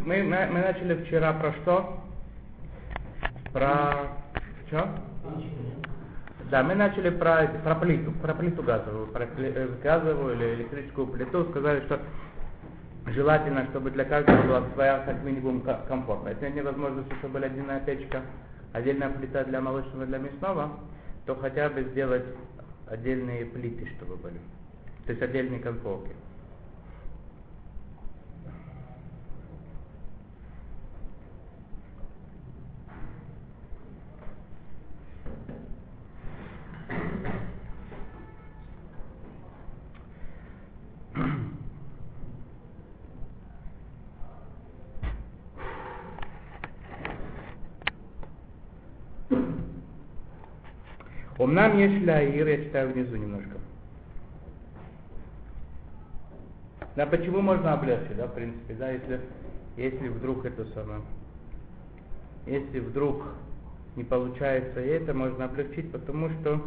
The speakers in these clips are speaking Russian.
мы начали вчера про что? Про что? Да, мы начали про плиту газовую, газовую или электрическую плиту. Сказали, что желательно, чтобы для каждого была своя, как минимум, комфортная. Если невозможно, чтобы была отдельная печка, отдельная плита для молочного и для мясного, то хотя бы сделать отдельные плиты, чтобы были. То есть отдельные конфорки. Умнам есть ляир, я читаю внизу немножко. Да, почему можно облегчить, да, в принципе, да, если вдруг это самое, если вдруг не получается и это, можно облегчить, потому что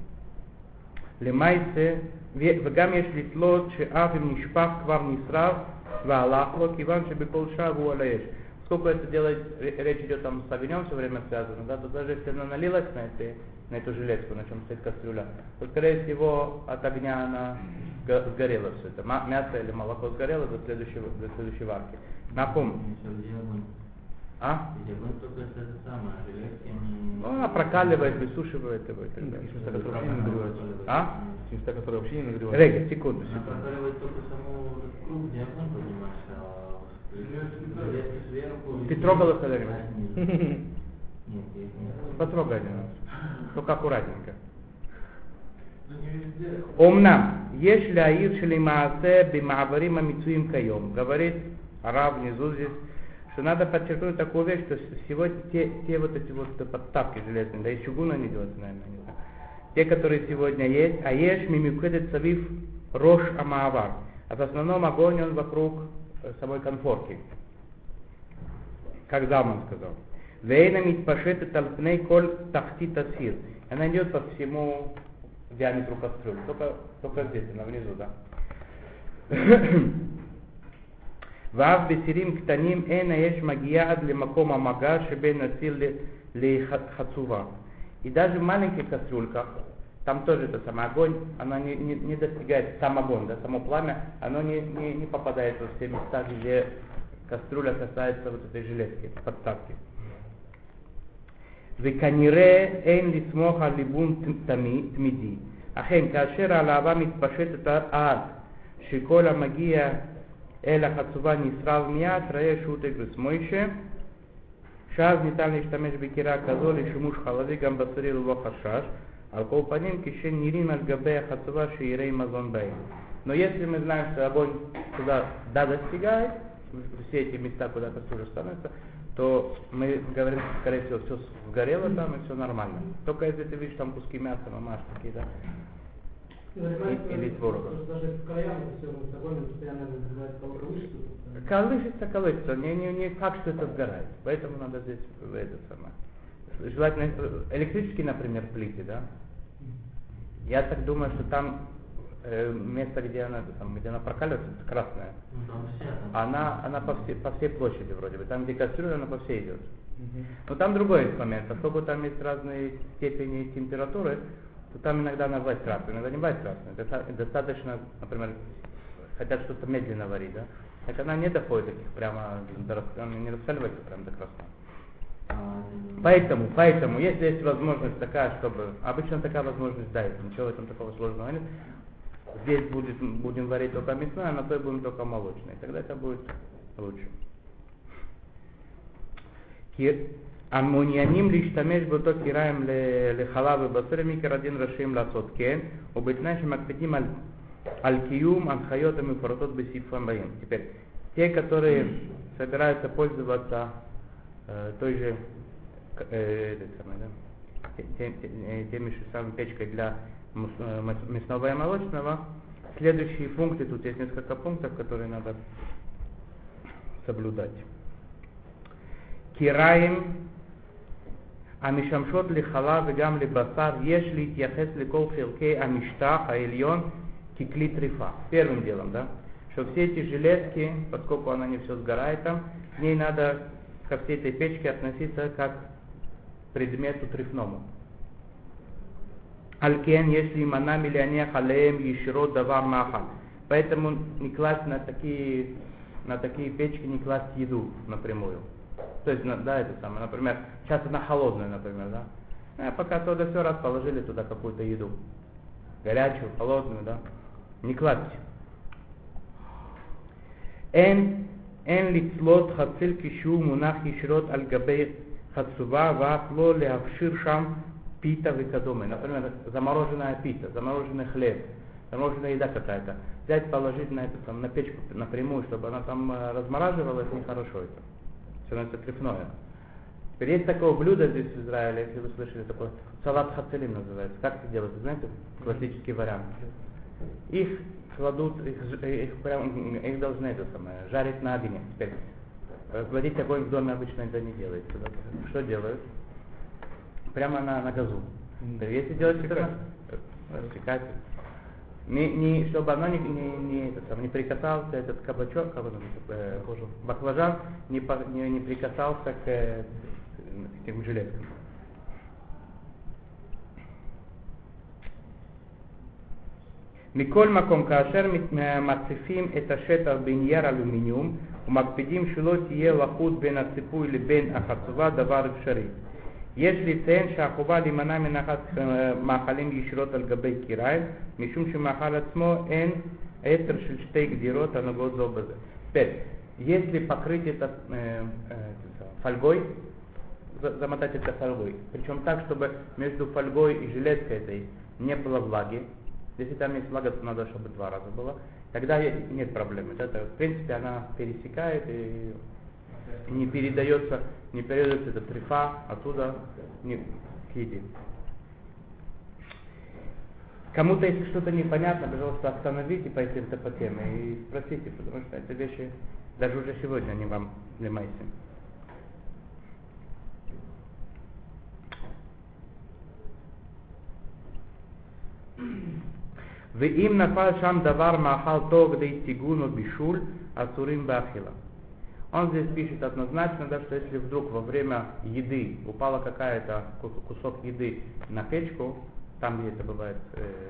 למעשה, וגם יש לתלות שאף אם נשפך כבר נשרף והלך לו, כיוון שבכל שעה הוא על האש. Сколько это делает, речь идет там с огнем все время связано, да, то даже если она налилась на эту жилетку, на чем стоит кастрюля, то скорее всего от огня она сгорела все это. Мясо или молоко сгорело до следующей варки. Напомню. А? Ну, она прокаливает, высушивает его и так далее. Места, которые вообще не нагреваются. А? Места, которые вообще не нагреваются. Рега, секунду. Она прокаливает только саму круг, где огонь поднимается, сверху. Ты трогал их когда-нибудь? Нет, Потрогай один раз. Только аккуратненько. Омнам, еш ляир шелимаасе бимааварим амицуим кайом. Говорит Рав внизу здесь, что надо подчеркнуть такую вещь, что сегодня те вот эти вот подставки железные, да и чугуна не делается, наверное, не знаю. Те, которые сегодня есть, а еш мимикведет савив рош амаавар. А в основном огонь он вокруг самой конфорки. Как Залман сказал. Вейна митпашет и талпней коль тахти тасир. Она идет по всему диаметру кастрюли. Только здесь, она внизу, да. Вав бесирим ктаним эна еш магияд ли макома мага шебен насил ли хацува. И даже в маленьких кастрюльках, там тоже это самый огонь, оно не достигает, сам огонь, да, само пламя, оно не попадает во все места, где кастрюля касается вот этой жилетки, подставки. וכנראה אין לסמוך על ליבון תמידי. אכן, כאשר הלהבה מתפשטת עד שכל המגיע אל החצובה נשרף מיד, ראה שוטק וסמוישה, שאז ניתן להשתמש בקירה כזו לשימוש חלבי גם בשרי ללא חשש, על כל פנים כשנראים על גבי החצובה שיראי מזון בהם. Но если мы знаем, что огонь туда достигает, все эти места, куда кастрюля становится, то мы говорим, что, скорее всего, все сгорело там и все нормально. Только если ты видишь там куски мяса, мамаш какие-то, или творога. Даже в краях все огонь постоянно Колышется. Не факт, что это сгорает. Поэтому надо здесь это самое. Желательно электрические, например, плиты, да? Я так думаю, что там место, где она прокаливается, это красная. Она по всей площади вроде бы. Там, где кастрюля, она по всей идет. Но там другой момент. Поскольку там есть разные степени температуры, то там иногда она бывает красная, иногда не бывает красная. Достаточно, например, хотят что-то медленно варить, да? Так она не доходит таких прямо, она не раскаливается прямо до красного. Поэтому, если есть возможность такая, чтобы... Обычно такая возможность дается, ничего в этом такого сложного нет. Здесь будем варить только мясное, а на той будем только молочное. Тогда это будет лучше. המעוניינים להשתמש באותו קיריים לחלב ובשר מקר הדין רשאים לעשות כן, ובתנאי שמקפידים על קיום הנחיות המפורטות בסעיפים הבאים. Теперь, те, которые собираются пользоваться той же теми же самыми печкой для мясного и молочного, следующие пункты, тут есть несколько пунктов, которые надо соблюдать. קיריים המשמשות לחלב וגם לבשר יש להתייחס לכל חלקי המשטח העליון ככלי טריפה. Первым делом, да, что все эти железки, поскольку она не все сгорает там, к ней надо ко всей этой печке относиться как к предмету трефному. Алькен, если манам или они халеем еширо давар маха. Поэтому не класть на такие печки не класть еду напрямую. То есть, да, это самое, например, часто на холодную, например, да. Пока то да все раз положили туда какую-то еду. Горячую, холодную, да. Не класть. Эн лицлот хациль кишу мунах еширот аль габей хацува ваахло леавшир шам пита векадомы. Например, замороженная пита, замороженный хлеб, замороженная еда какая-то. Взять, положить на это там, на печку напрямую, чтобы она там размораживалась, нехорошо это. Становится трефное. Теперь есть такое блюдо здесь в Израиле, если вы слышали, такое салат хацелим называется. Как это делается, знаете? Классический вариант. Их кладут, их должны это самое, жарить на огне. Теперь кладить огонь в доме обычно это не делается. Да? Что делают? Прямо на газу. Если делать это, рассекать. Чтобы оно не прикасался, этот кабачок, баклажан, не прикасался к этим железкам. Миколь маком кашер мацифим это шетах беньяр алюминиум, умакпидим шилот е лахут бен аципу или бен ахацува давар шари. Если цен шахува лимана минахат махалим еширот аль габей кирай, мишум шимахал ацмо эн этер шельштейк дирот анагод зобазе. Теперь, если покрыть это фольгой, замотать это фольгой, причем так, чтобы между фольгой и железкой этой не было влаги, если там есть влага, то надо, чтобы 2 раза было, тогда нет проблемы. Это, в принципе, она пересекает и не передается эта трефа оттуда к еде. Кому-то, если что-то непонятно, пожалуйста, остановите по этим-то по теме и спросите, потому что эти вещи даже уже сегодня они вам не майся. Им нафаль шам давар махал то, где тигуну бишуль, асурим бахила. Он здесь пишет однозначно, да, что если вдруг во время еды упала какая-то кусок еды на печку, там где это бывает,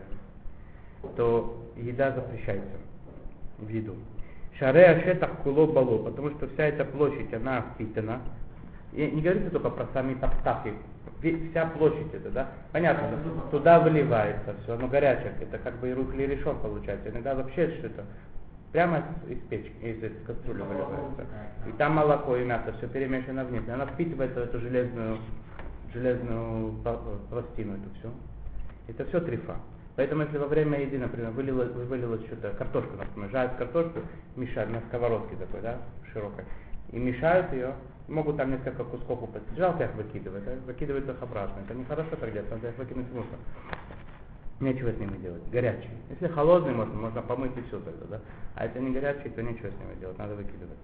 то еда запрещается в еду. Шареа шетах куло бало, потому что вся эта площадь, она впитана. И не говорится только про сами таптахи, вся площадь это, да? Понятно, туда выливается все, оно горячее, это как бы и рухли решен получается. Иногда вообще что-то прямо из печки, из этой кастрюли выливается. И там молоко и мясо, все перемешано вниз. И она впитывается в эту железную пластину, это все. Это все трефа. Поэтому если во время еды, например, вылилось что-то, картошку, например, жарят картошку, мешают на сковородке такой, да, широкой, и мешают ее, могут там несколько кусков упасть. Жалко их выкидывать, да? Выкидывают их обратно. Это нехорошо так делать, надо их выкинуть в мусор. Нечего с ними делать. Горячие. Если холодные, можно помыть и все тогда, да? А если не горячие, то нечего с ними делать, надо выкидывать.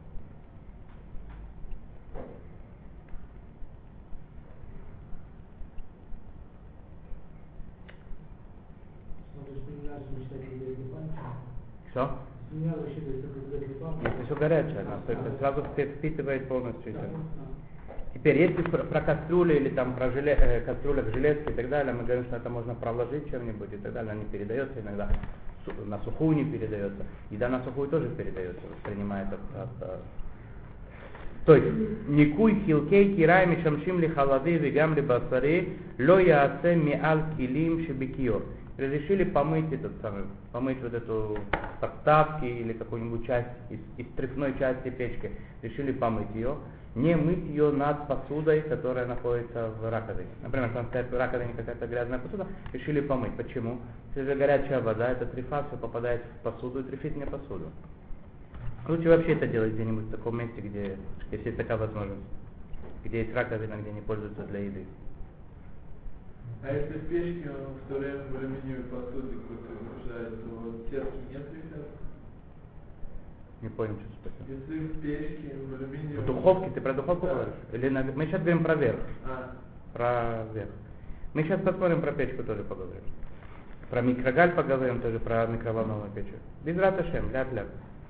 Что? Если все горячее, она сразу впитывает полностью это. Теперь, если про кастрюли или там про кастрюлях железки и так далее, мы говорим, что это можно проложить чем-нибудь и так далее, она не передается иногда, на сухую не передается. Еда на сухую тоже передается, воспринимает То есть, никуй хилкей кирайми шамшим ли халады вегам ли басари ло яаце миал килим шебекиор. Разрешили помыть помыть вот эту подставки или какую-нибудь часть из трефной части печки. Решили помыть ее. Не мыть ее над посудой, которая находится в раковине. Например, там стоит в раковине какая-то грязная посуда, решили помыть. Почему? Если же горячая вода, это трефа, все попадает в посуду и трефит не посуду. Лучше вообще это делать где-нибудь в таком месте, где есть такая возможность. Где есть раковина, где не пользуются для еды. А если в печке он все время в алюминиевой посуде какой-то жарит, то вот тесто нет трефа? Не понял, что спросил. Если в печке в алюминиевой... В духовке? Ты про духовку говоришь? Или мы сейчас говорим про верх. Про верх. Мы сейчас посмотрим про печку тоже поговорим. Про микрогаль поговорим, тоже про микроволновую печь. Безрат Ашем, ляп-ляп.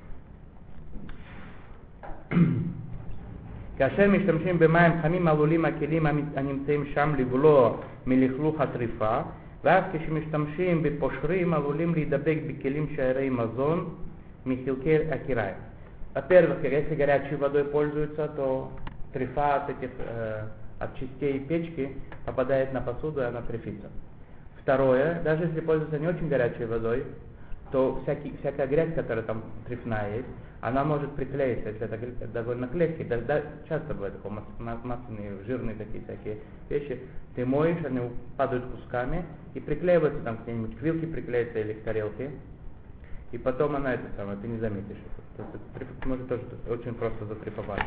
כאשר משתמשים במים חמים עלולים הכלים הנמצאים שם לבלוע מלכלוך הטריפה, ואז כשמשתמשים בפושרים עלולים להידבק בכלים שיירי מזון מחלקי הקריים. Во-первых, если горячей водой пользуются, то трифа от частей печки попадает на посуду, и она трефится. Второе, даже если пользуются не очень горячей водой, то всякая грязь, которая там трефная есть, она может приклеиться, если это довольно клейкий. Часто бывает такое, масляные, жирные такие всякие вещи. Ты моешь, они падают кусками и приклеиваются там где-нибудь к вилке приклеится или к тарелке. И потом она ты не заметишь. Может тоже очень просто затрифовать.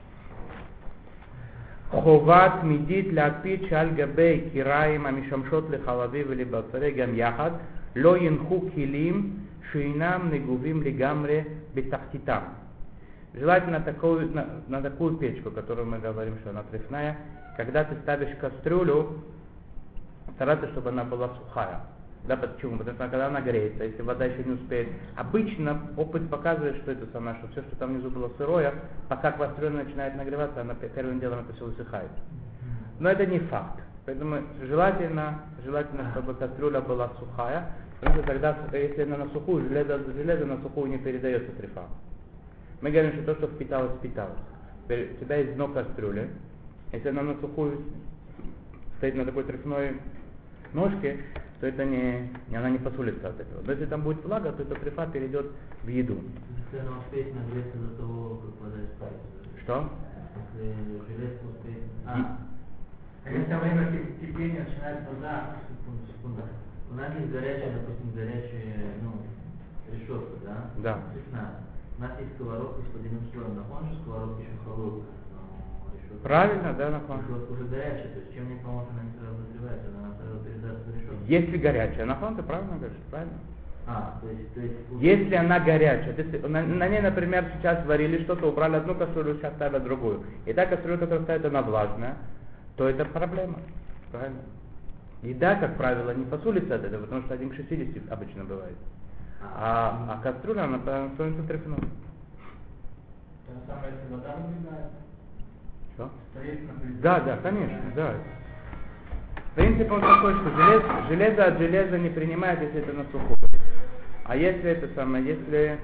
חובת מידית להקפיד שעל גבי קיריים המשמשות לחלבי ולבצרי גם יחד לא ינחו כלים שאינם נגובים לגמרי בתחתיתם. Желательно на такую печку, которую мы говорим, что она трефная, когда ты ставишь кастрюлю, стараться, чтобы она была сухая. Да, почему? Потому что когда она греется, если вода еще не успеет. Обычно опыт показывает, что это самое, что все, что там внизу было сырое, пока кастрюля начинает нагреваться, она первым делом это все высыхает. Но это не факт. Поэтому желательно, чтобы кастрюля была сухая, потому что тогда, если она на сухую, железо на сухую не передается трефа. Мы говорим, что то, что впиталось. У тебя есть дно кастрюли, если она на сухую стоит на такой трефной ножке, то она не посулится от этого. Но если там будет влага, то эта трефа перейдет в еду. Если она успеет нагреться до того, как вода испарится. Что? Если железо успеет... Если во время кипения начинает вода... Секунда. У нас есть горячая, допустим, решетка, да? Да. Цветная. У нас есть сковородка с водяным слоем. На фон же сковородки еще холодная. Решетка. Правильно, да, на фон. Уже горячая, то есть чем не поможет, она не сразу разогревается, она сразу передастся в решетку. Если горячая, на фон ты правильно говоришь, правильно? То есть... Если она горячая, на ней, например, сейчас варили что-то, убрали одну кастрюлю, сейчас ставят другую. И та кастрюля, которая стоит, она влажная, то это проблема. Правильно? Еда, как правило, не посулится от этого, потому что 1 к 60 обычно бывает. А кастрюля, она становится трефной. То же самое, если вода нагревается. Что? Стоит на плите. Да, конечно, да. Принцип он такой, что железо от железа не принимает, если это на сухую. А если если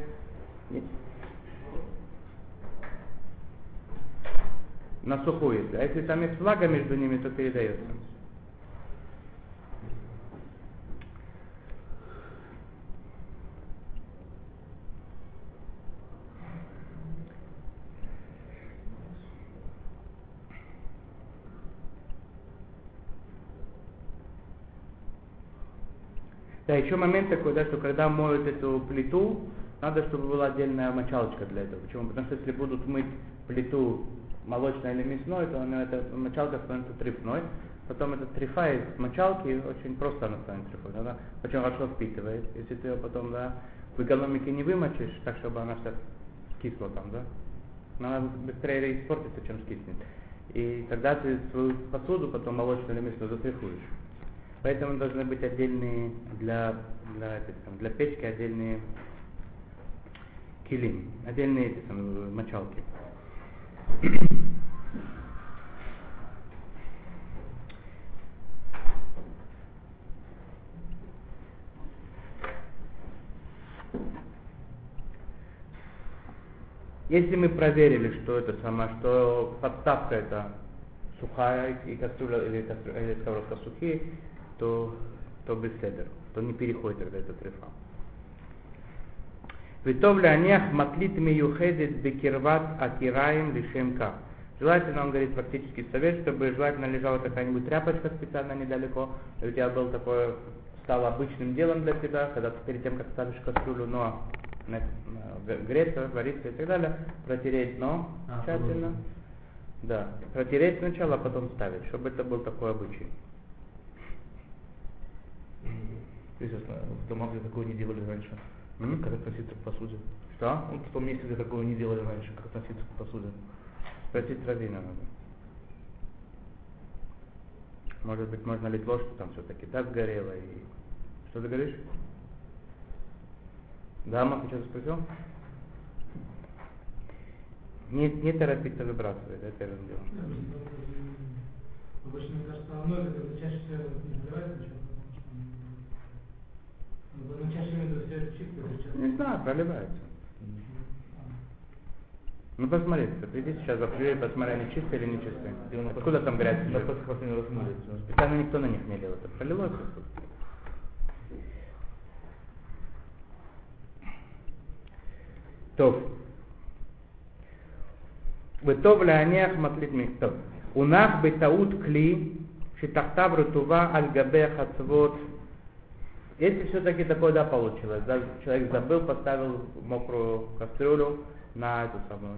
на сухую, а если там есть влага между ними, то передается. Да, еще момент такой, да, что когда моют эту плиту, надо, чтобы была отдельная мочалочка для этого. Почему? Потому что если будут мыть плиту молочной или мясной, то эта мочалка становится трефной. Потом эта трефа из мочалки, очень просто она станет трефой. Она очень хорошо впитывает. Если ты ее потом, в экономике не вымочишь, так, чтобы она вся скисла там, она быстрее испортится, чем скиснет. И тогда ты свою посуду потом молочную или мясную затрефуешь. Поэтому должны быть отдельные для печки отдельные килим, отдельные мочалки. Если мы проверили, что подставка это сухая и кастрюля или сковородка сухие, то беседер, то не переходит тогда эта трефа. Витов лянех маклит миюхедет бекирват акираем лишемка. Желательно, он говорит, практический совет, чтобы желательно лежала какая-нибудь тряпочка специально недалеко, и у тебя стало обычным делом для тебя, когда ты перед тем, как ставишь кастрюлю, но греться, вариться и так далее, протереть дно тщательно. Да, протереть сначала, а потом ставить, чтобы это был такой обычай. То есть в домах, где такого не делали раньше, как относиться к посуде? Что? В том месте, где такого не делали раньше, как относиться к посуде? Спросить раввина надо. Может быть, можно ли ложку там все-таки так сгорела, и Что ты говоришь? Да, Мах, что-то спросил? Не торопиться выбрасывать, это первым делом. Обычно, мне кажется, равно это чаще всего не заливается ничего, потому что чаще всего все это чисто. Не знаю, проливается. Ну посмотри, приди сейчас в апреле, посмотри, они чистые или не чистые. Откуда там грязь идет? Специально никто на них не лил, это пролилось тут. טוב. וטוב להניח מטלית טוב. הונח בטעות כלי שתחתיו רטובה על גבי החצבות. Если все-таки такое, да, получилось, да, человек забыл, поставил мокрую кастрюлю на эту самую,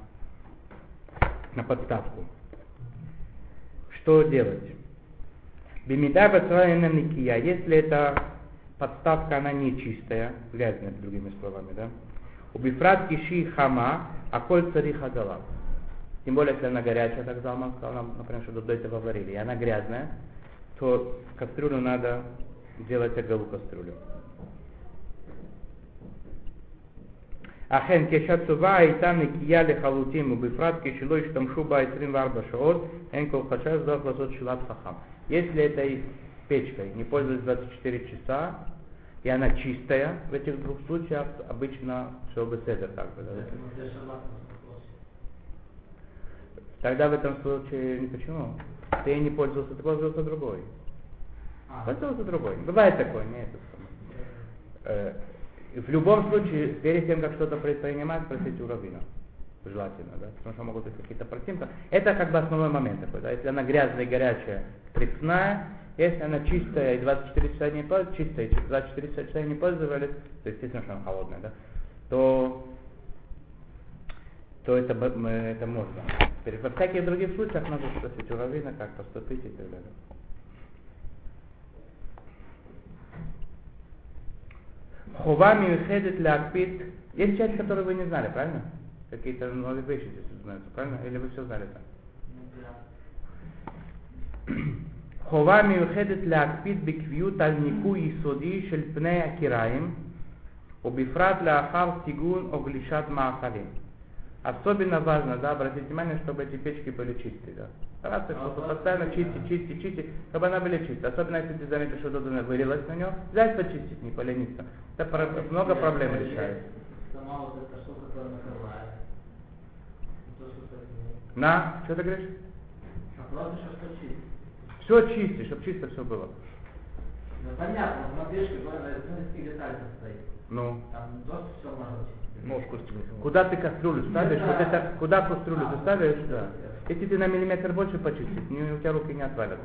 на подставку. Что делать? Бимида бацвайна никия. Если эта подставка, она не чистая, грязная, другими словами, да. Убифрат киши хама, а коль цариха галав. Тем более, если она горячая, так Залман сказал нам, например, что до этого варили, и она грязная, то кастрюлю надо делать оголу кастрюлю. Ахен кешацува и там никия лехалутим убифрат кишилой штамшу ба 24 шаот, эн кол хашаш зав лазот шилат хахам. Если этой печкой не пользовались 24 часа, и она чистая, в этих двух случаях обычно все беседа так бы. Тогда в этом случае не почему? Ты не пользовался, ты пользовался другой. Пользовался другой. Бывает такое, не это. В любом случае, перед тем, как что-то предпринимать, спросите у раввина. Желательно, да? Потому что могут быть какие-то противники. Это как бы основной момент такой, да? Если она грязная и горячая, пресная, если она чистая и 24 часа не пользовались, чистая, 24 часа не пользовались, то естественно, что она холодная, да? То это можно. Во всяких других случаях надо спросить у раввина, как поступить и так далее. Хова миюхедет лякпит. Есть часть, которую вы не знали, правильно? Какие-то новые вещи здесь узнаются, правильно? Или вы все знали там? Хова миюхедет лякпит биквиют аль нику исоди шель пней акираим убифрат лаахар тигун оглишат маахалим. Особенно важно, да, обратите внимание, чтобы эти печки были чистые, да. Стараться, чтобы постоянно чистить, чтобы она были чистые. Особенно, если ты заметишь, что что-то вылилось на нее, взять почистить, не полениться. Это много проблем решает. Сама вот эта штука, которая накрывает. На, что ты говоришь? А просто что чистить. Все чисти, чтобы чисто все было. Ну понятно, но печка, из деталей состоит. Ну. Там просто все можно чистить. Куда ты кастрюлю ставишь, вот это, куда кастрюлю ты ставишь, да. Если ты на миллиметр больше почистишь, у тебя руки не отвалятся.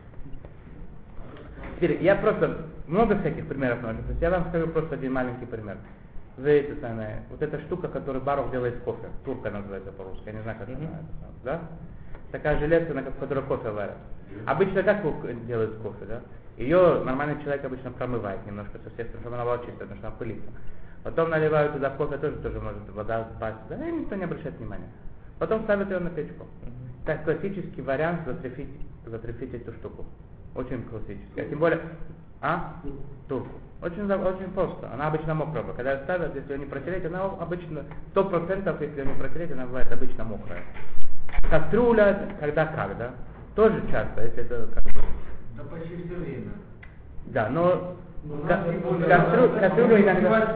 Теперь, я просто, много всяких примеров можно. Я вам скажу просто один маленький пример. Вот эта штука, которую Барух делает с кофе, турка называется по-русски, я не знаю, как она называется, да? Такая железка, на которой кофе варят. Обычно как делают с кофе, да? Ее нормальный человек обычно промывает немножко со всех сторон, чтобы она была чистая, потому что она пылится. Потом наливают туда в кофе, тоже может вода спать, да, и никто не обращает внимания. Потом ставят ее на печку. Так классический вариант затрясить эту штуку. Очень классический. А тем более, турку. Очень просто. Она обычно мокрая. Когда ее ставят, если ее не протереть, она обычно, 100%, если ее не протереть, она бывает обычно мокрая. Кастрюля, когда как, да? Тоже часто, если это как бы... Да почти все время. Да, но кастрюлю иногда...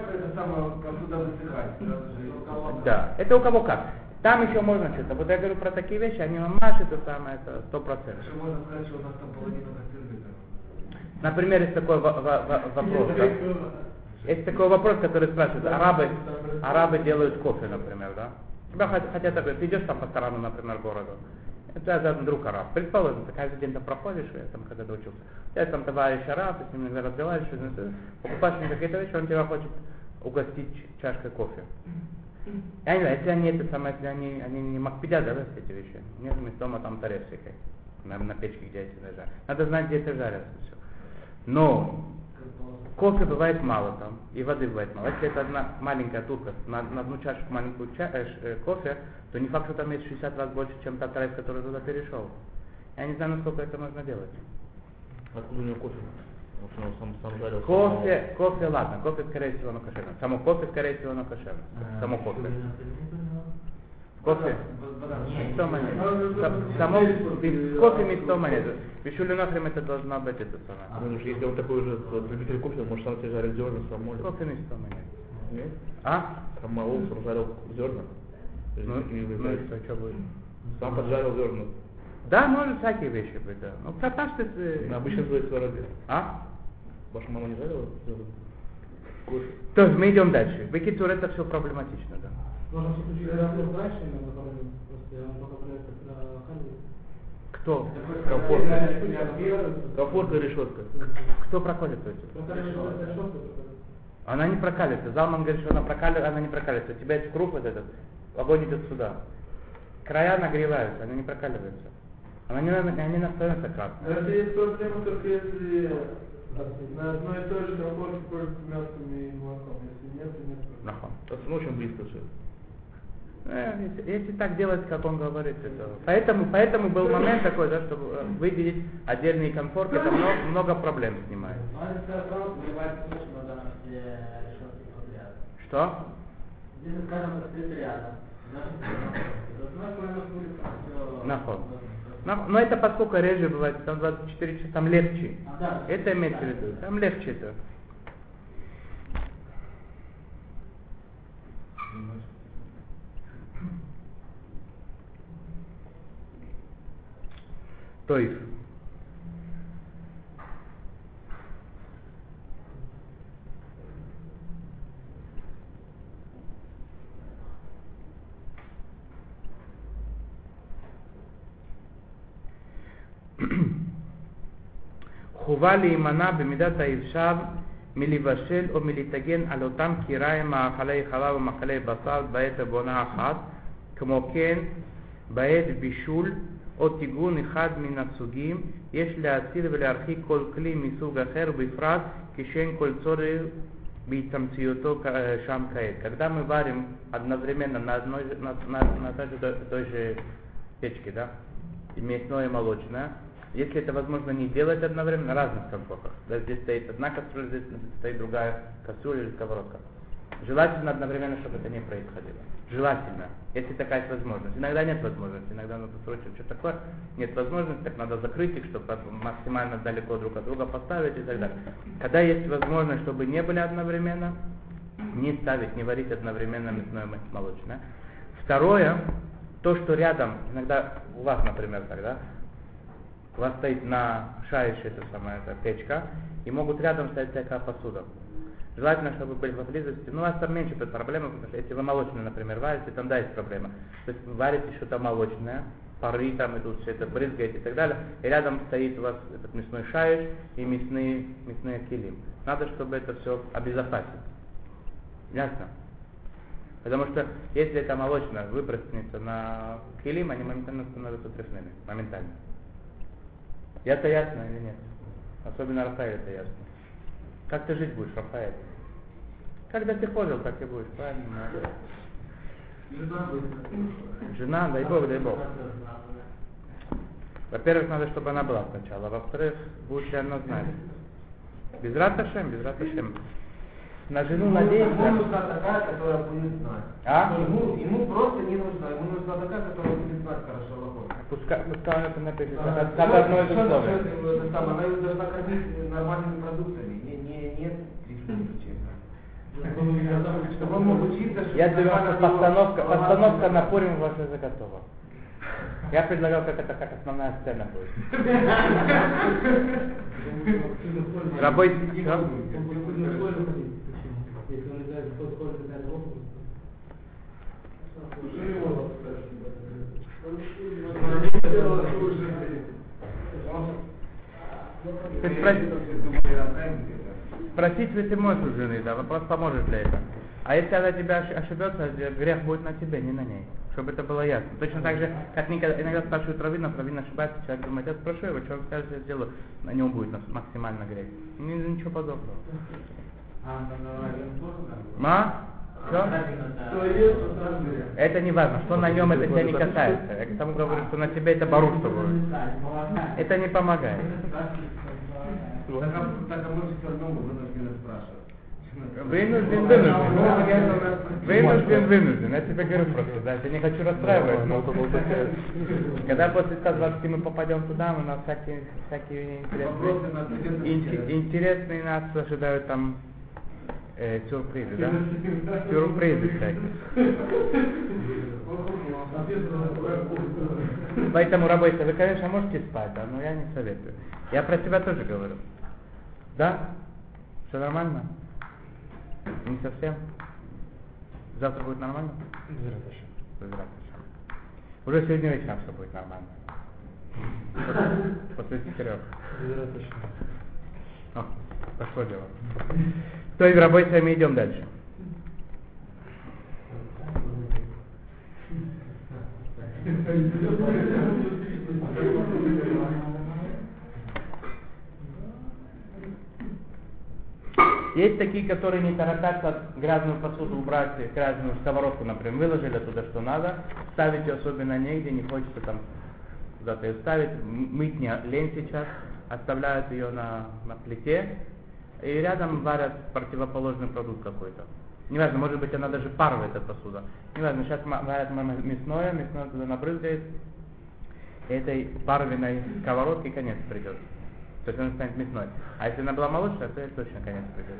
Да, это у кого как. Там еще можно что-то. Вот я говорю про такие вещи, они мамаш, это самое, это 100%. Что можно сказать, что у нас там половина кастрюли? Например, есть такой вопрос, да? Есть такой вопрос, который спрашивает, арабы делают кофе, например, да? Тебя хотят такое, ты идешь там по сторону, например, городу. Это друг араб. Предположим, ты каждый день там проходишь, я там когда-то учился. Я там товарищ араб, ты с ним разговариваешь, покупаешь мне какие-то вещи, он тебя хочет угостить чашкой кофе. Я не знаю, если они это самое, если они не макпедят, да, эти вещи. Нет, вместо дома там тарелка, на печке, где эти жарят. Надо знать, где это жарится все. Но кофе бывает мало там, и воды бывает мало. Если это одна маленькая турка на одну чашку маленькую кофе, то не факт, что там есть 60 раз больше, чем та трайс, который туда перешел. Я не знаю, насколько это можно делать. Откуда у него кофе? Потому что он сам жарил. Кофе, ладно, кофе скорее всего на кошерно. Само кофе скорее всего на кошерно. Само кофе. Кофе. Мисто монет. Само кофе мисто монет. Пишули нахрен это должна быть это самое. Потому что если он такой же любитель кофе, он может сам себе жарить зерна, сам молит. Кофе мисто монет. Нет? А? Сам молол, сам жарил зерна. Ну и что будет? Сам поджарил зерна. Да, может всякие вещи быть, да. Ну, потому что... Обычно своей сковороде. А? Ваша мама не жарила зерна? Кофе. То есть мы идем дальше. Бекитур, это все проблематично, да. Можно все включить разговор дальше, но просто я вам пока проект проходил. Кто? Комфорка и решетка. Кто проколет эти? Она не прокалится. Залман говорит, что она прокалится, она не прокалится. У тебя есть круг вот этот, огонь идет сюда. Края нагреваются, они не прокаливаются. Они не становятся красными. Это есть проблема только если на одной и той же комфорте пользуются мясом и молоком. Если нет, то нет проблем. Нахон. Это очень близко все. Если так делать, как он говорит, это. Поэтому был момент такой, да, чтобы выделить отдельный комфорт, это много проблем снимает. Что? Если, скажем, стоит рядом, Нахон. Но это поскольку реже бывает, там 24 часа, там легче. Это имеется в виду, там легче это. То есть חובה להימנע במידת האפשר מלבשל או מלהתגן על אותם קיריים מאכלי חלב ומאכלי בשר בעת עונה אחת, כמו כן בעת בישול או טיגון אחד מן הסוגים, יש להציל ולהרחיק כל כלי מסוג אחר, בפרט כשאין כל צורך בהתמציאותו שם כעת. Когда мы варим одновременно на той же печке, да, и мясное и молочное, если это возможно не делать одновременно, на разных комфортах. Да, здесь стоит одна кастрюля, здесь стоит другая кастрюля или сковородка. Желательно одновременно, чтобы это не происходило. Желательно, если такая есть возможность. Иногда нет возможности, иногда надо срочно что-то такое. Нет возможности, так надо закрыть их, чтобы максимально далеко друг от друга поставить и так далее. Когда есть возможность, чтобы не были одновременно, не ставить, не варить одновременно мясное и молочное. Второе, то, что рядом, иногда у вас, например, тогда, у вас стоит на шаише эта самая печка, и могут рядом стоять всякая посуда. Желательно, чтобы были поблизости. Ну, у вас там меньше проблемы, потому что если вы молочное, например, варите, там да, есть проблема. То есть вы варите что-то молочное, пары там идут, все это брызгает и так далее, и рядом стоит у вас этот мясной шаиш и мясные килим. Надо, чтобы это все обезопасить. Ясно? Потому что если это молочное выпрыснется на килим, они моментально становятся трясными. Моментально. Это ясно или нет? Особенно Рафаэль это ясно. Как ты жить будешь, Рафаэль? Когда ты ходил, так и будешь, правильно? Жена, дай Бог, дай Бог. Во-первых, надо, чтобы она была сначала. Во-вторых, будет ли она знать. Без раташем, без раташем. На жену надеяться. Ему нужна такая, которая будет знать. А? Ему просто не нужна. Ему нужна такая, которая будет знать хорошо лохот. Пускай это напишет. Как одно из условий. Она ее должна кормить нормальными продуктами. Нет трясного честно. Чтобы он мог учиться, что... Я думаю, постановка на Пурим ваша уже готова. Я предлагал, как основная сцена будет. Работать. Если он играет в школе, какая-то опыт. Спросить ведь ты можешь у жены, да, вопрос поможет для этого. А если она тебя ошибется, грех будет на тебе, не на ней. Чтобы это было ясно. Точно так же, как иногда спрашивают раввина ошибается, человек думает, я спрошу его, что он скажет, я сделаю, на нем будет максимально грех. Ничего подобного. Что? Это не важно, что на нем это тебя не касается. Я к тому говорю, что на тебе это баруш, что будет. Это не помогает. Так, а мы все равно вынуждены спрашивать. Вынужден. Я тебе говорю просто, да, я не хочу расстраивать, но когда после 120 мы попадем туда, у нас всякие интересные нас ожидают там сюрпризы, да? Сюрпризы всякие. Поэтому, рабочие, вы, конечно, можете спать, да, но я не советую. Я про себя тоже говорю. Да? Все нормально? Не совсем? Завтра будет нормально? Уже сегодня вечером все будет нормально. После 4. О, пошло дело. То есть, рабочие, мы идем дальше. Есть такие, которые не торопятся грязную посуду убрать, грязную сковородку, например, выложили туда, что надо, ставить ее особенно негде, не хочется там куда-то ее ставить, мыть не лень сейчас, оставляют ее на плите, и рядом варят противоположный продукт какой-то. Неважно, может быть, она даже паровая, эта посуда. Неважно, сейчас варят мясное туда набрызгает, и этой паровой сковородке конец придет. То есть она станет мясной. А если она была молочная, то ей точно конец придет.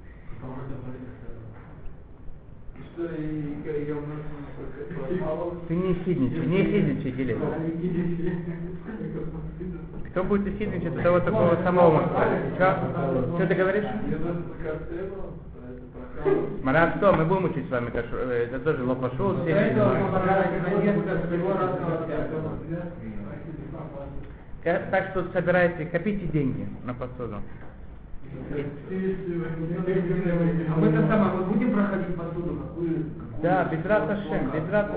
Ты не хидничай, Гилей. Кто будет хидничать, до того такого самого может. Что ты говоришь? Смотря что, мы будем учить с вами кашу, это тоже лопашу. Так что собирайте, копите деньги на посуду. А мы-то самое, мы будем проходить посуду, какую? Да, без раташем.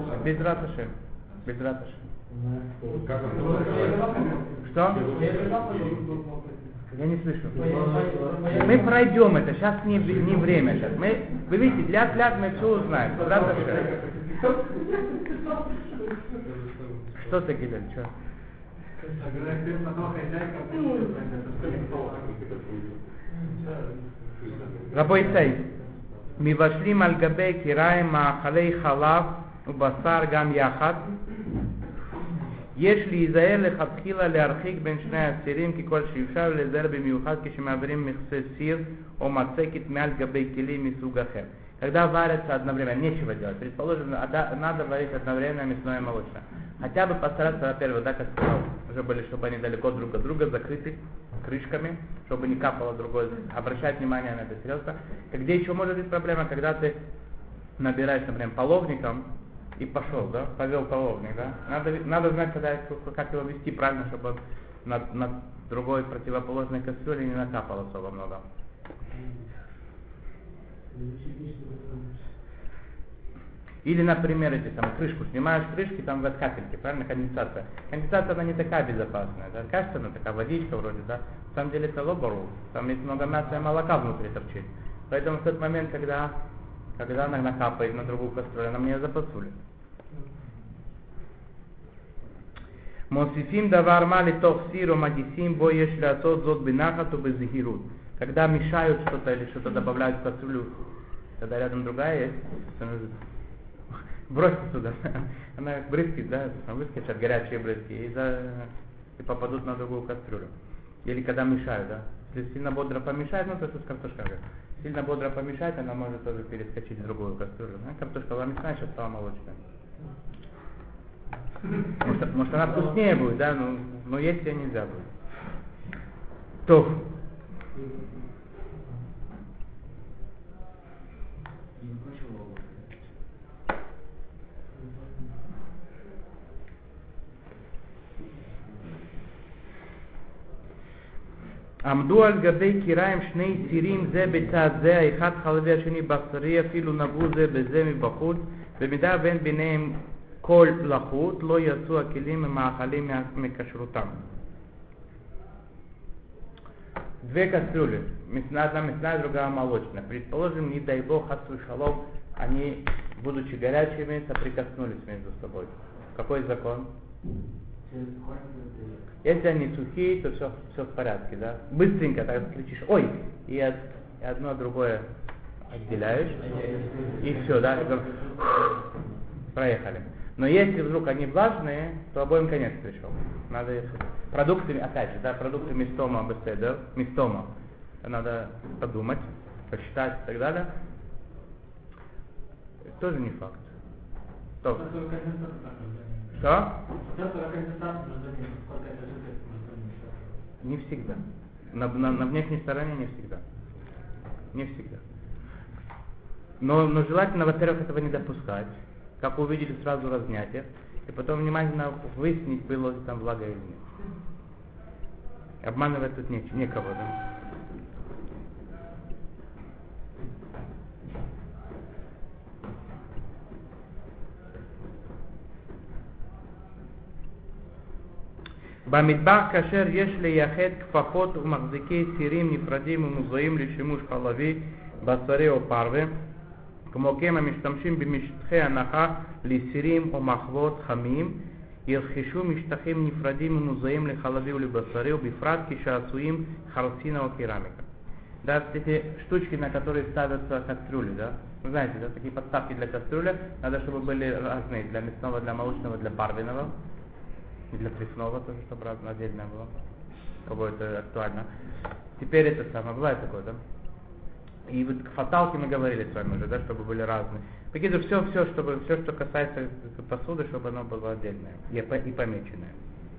Что? Я не слышу. Мы пройдем это, сейчас не время. Сейчас. Вы видите, ляг, мы все узнаем. Без раташем. Что ты, Гилель, что? רבותיי, מבשלים על גבי קיריים מאכלי חלב ובשר גם יחד. יש להיזהר לכתחילה להרחיק בין שני הצירים ככל שאפשר, ולהיזהר במיוחד כשמעבירים מכסה סיר או מצקת מעל גבי כלים מסוג אחר. Когда варятся одновременно, нечего делать. Предположим, надо варить одновременно мясное и молочное. Хотя бы постараться, во-первых, да, как сказал, уже были, чтобы они далеко друг от друга, закрыты крышками, чтобы не капало другое. Обращать внимание на это серьезно. Где еще может быть проблема, когда ты набираешь, например, половником и пошел, да, повел половник, да. Надо знать, как его вести правильно, чтобы над другой противоположной кастрюлей не накапало особо много. Или, например, эти там крышку снимаешь, крышки, там вот капельки, правильно, конденсация. Конденсация, она не такая безопасная, да? Кажется, она такая водичка вроде, да? На самом деле это лобору, там есть много мяса и молока внутри торчит. Поэтому в тот момент, когда она накапает на другую кастрюлю, она мне запасулит. Мосифим давар мали тох сиру мадисим бо еш лясот зот бинахату беззихирут. Когда мешают что-то или что-то добавляют в кастрюлю, когда рядом другая есть, бросьте туда. Она брызгает, да, выскочат горячие брызги и попадут на другую кастрюлю. Или когда мешают, да. Если сильно бодро помешает, то что с картошкой. Сильно бодро помешает, она может тоже перескочить в другую кастрюлю. Картошка была мясная, сейчас стала молочная. Может она вкуснее будет, да, но есть ее нельзя будет. То. עמדו על גבי קיריים שני צירים זה בצד זה, האחד חלבי השני בשרי, אפילו נגעו זה בזה מבחוץ, במידה ואין ביניהם כל לחות, לא יצאו הכלים ממאכלים מכשרותם. Две кастрюли, одна мясная, другая молочная. Предположим, не дай бог, хасу шалом, они, будучи горячими, соприкоснулись между собой. Какой закон? Через сухонькую ты. Если они сухие, то все в порядке, да? Быстренько так кричишь, ой, и одно другое отделяешь, и все, да? Проехали. Но если вдруг они влажные, то обоим конец пришел. Надо их продуктами, опять же, да, продукты мистома беседер, мистома. Надо подумать, посчитать и так далее. Это тоже не факт. Что? Что? Не всегда. На внешней стороне не всегда. Не всегда. Но желательно, во-первых, этого не допускать. Как увидели, сразу разнять их. И потом внимательно выяснить, было ли там влага или нет. Обманывать тут некого, да? במטבח כאשר יש לייחד כפפות ומחזיקי סירים נפרדים ומוזוהים לשימוש חלבי, בשרי או פרווה, כמו כן המשתמשים במשטחי הנחה לסירים או מחוות חמים, ירכשו משטחים נפרדים ומוזוהים לחלבי ולבשרי, ובפרט כשעשויים חרסינה או керамика. Да, эти штучки, на которые ставятся кастрюли, да? Вы знаете, да, такие подставки для кастрюли, надо, чтобы были разные, для мясного, для молочного, для парвиного. И для пресного тоже, чтобы разное отдельное было. Кого это актуально. Теперь это самое, бывает такое, да? И вот к фаталке мы говорили с вами уже, да, чтобы были разные. Какие-то все, что касается посуды, чтобы оно было отдельное и помеченное.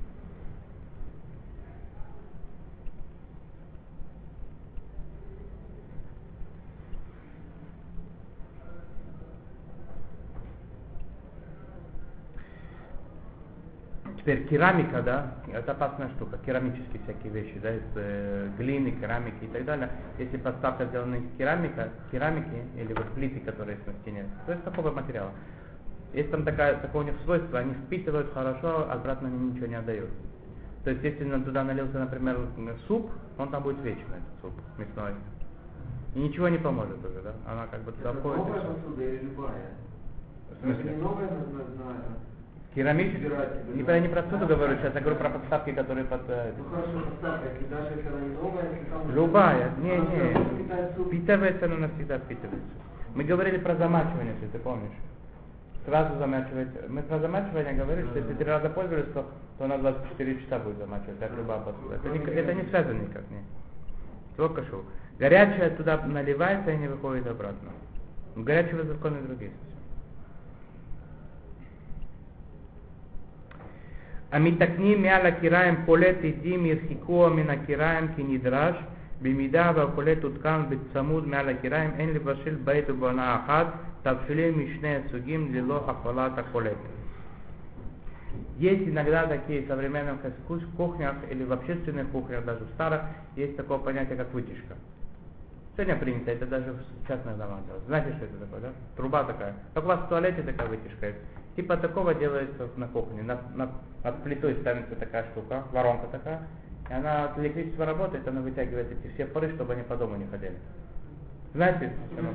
Теперь керамика, да, это опасная штука, керамические всякие вещи, да, из глины, керамики и так далее. Если подставка сделана из керамики или вот плиты, которые есть на стене, то есть такого материала. Есть там такое у них свойство, они впитывают хорошо, обратно они ничего не отдают. То есть если туда налился, например, суп, он там будет вечно, этот суп мясной. И ничего не поможет уже, да? Она как бы туда входит. Новая посуда или любая? В смысле? Это не новая на Керамический? Я не про посуду говорю, сейчас я говорю про подставки, которые под... Ну хорошо, подставка, если даже если она не новая, если там... Любая, не. Впитывается, она навсегда впитывается. Мы говорили про замачивание, если ты помнишь. Сразу замачивать. Мы про замачивание говорили, что если 3 раза пользовались, то на 24 часа будет замачивать, как любая посуда. Это не связано никак, нет. Только шоу. Горячее туда наливается и не выходит обратно. У горячего законы другие. המתקנים מעל הקיריים פולט עדים ירחיקוה מן הקיריים כנדרש, במידה והפולט הותקן בצמוד מעל הקיריים אין לבשל בעת ובעונה אחת תבשילים משני הסוגים ללא הפעלת הפולט. Есть иногда такие в современных кухнях или в общественных кухнях, даже в старых, есть такое понятие, как вытяжка. Сегодня принято, это даже в частных домах делать. Знаете, что это такое, да? Труба такая. Как у вас в туалете такая вытяжка есть. Типа такого делается на кухне. Над плитой ставится такая штука, воронка такая. И она от электричества работает, она вытягивает эти все пары, чтобы они по дому не ходили. Знаете,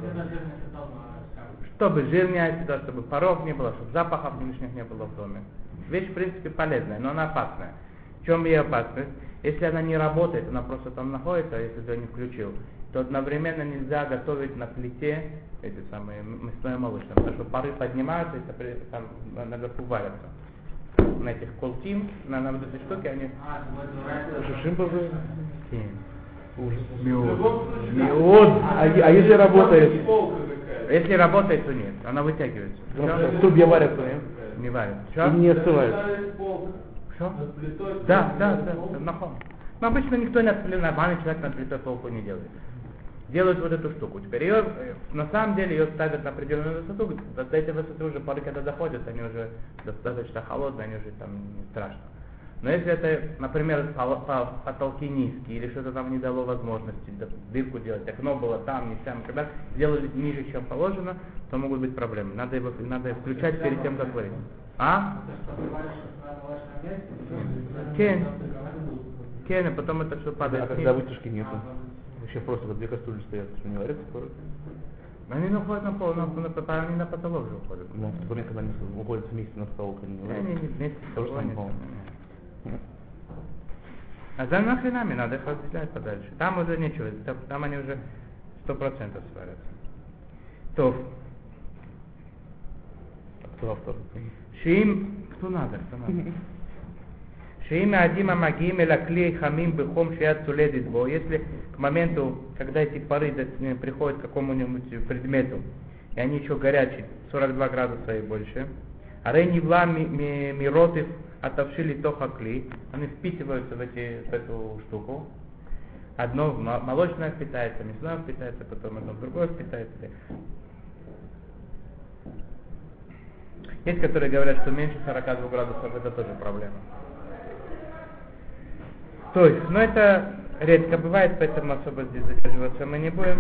чтобы жир не оседал, чтобы паров не было, чтобы запахов лишних не было в доме. Вещь, в принципе, полезная, но она опасная. В чем ее опасность? Если она не работает, она просто там находится, если ты ее не включил, то одновременно нельзя готовить на плите эти самые мясное и молочное, потому что пары поднимаются и там наверху варятся. На этих колтим, на вот эти штуки, они... Шимпазы? Ужас. Миод. А если работает? Если работает, то нет, она вытягивается. В трубе варятся, нет? Не варится. И не остывает. Что? Да, нахон. Но обычно никто нормальный человек над плитой полку не делает. Делают вот эту штуку. Теперь ее, на самом деле, ее ставят на определенную высоту. До этой высоты уже пары, когда доходят, они уже достаточно холодные, они уже там не страшно. Но если это, например, потолки низкие, или что-то там не дало возможности дырку делать, окно было там, не там, когда сделали ниже, чем положено, то могут быть проблемы. Надо включать перед тем, как варить. А? Кен, потом это все падает. А когда вытяжки нету? Вообще просто вот 2 кастрюли стоят, что не варятся скоро? Они находят на пол, они на потолок же уходят. Ну, в тот момент, когда они уходят вместе на потолок, они не варятся? Они вместе. Тоже самое. А за нахренами надо их разделять подальше. Там уже нечего, там они уже 100% сварятся. То. Кто автор? Кто надо? Шиим Адима Магим Элаклей Хамим Бехом Шиат Суледит Бо. Если к моменту, когда эти пары приходят к какому-нибудь предмету, и они еще горячие, 42 градуса и больше, а рейни вла миротив отовшили тохакли, они впитываются в эту штуку. Одно молочное впитается, мясное впитается, потом одно другое впитается. Есть, которые говорят, что меньше 42 градусов это тоже проблема. То есть, но это редко бывает, поэтому особо здесь задерживаться мы не будем.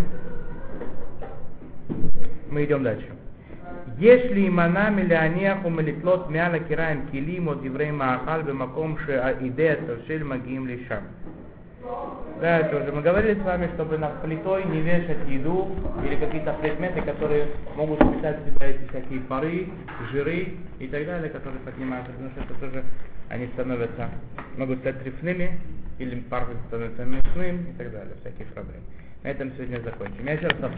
Мы идем дальше. Если иманам или аниаху малитлот мяла кираем килим от еврей маахаль бемаком ше идея совшель магим лишам. Да, это уже мы говорили с вами, чтобы над плитой не вешать еду или какие-то предметы, которые могут впитать в себя эти всякие пары, жиры и так далее, которые поднимаются, потому что это тоже они становятся, могут стать трефными или пар становится мясным и так далее, всякие проблемы. На этом сегодня закончим. Я еще раз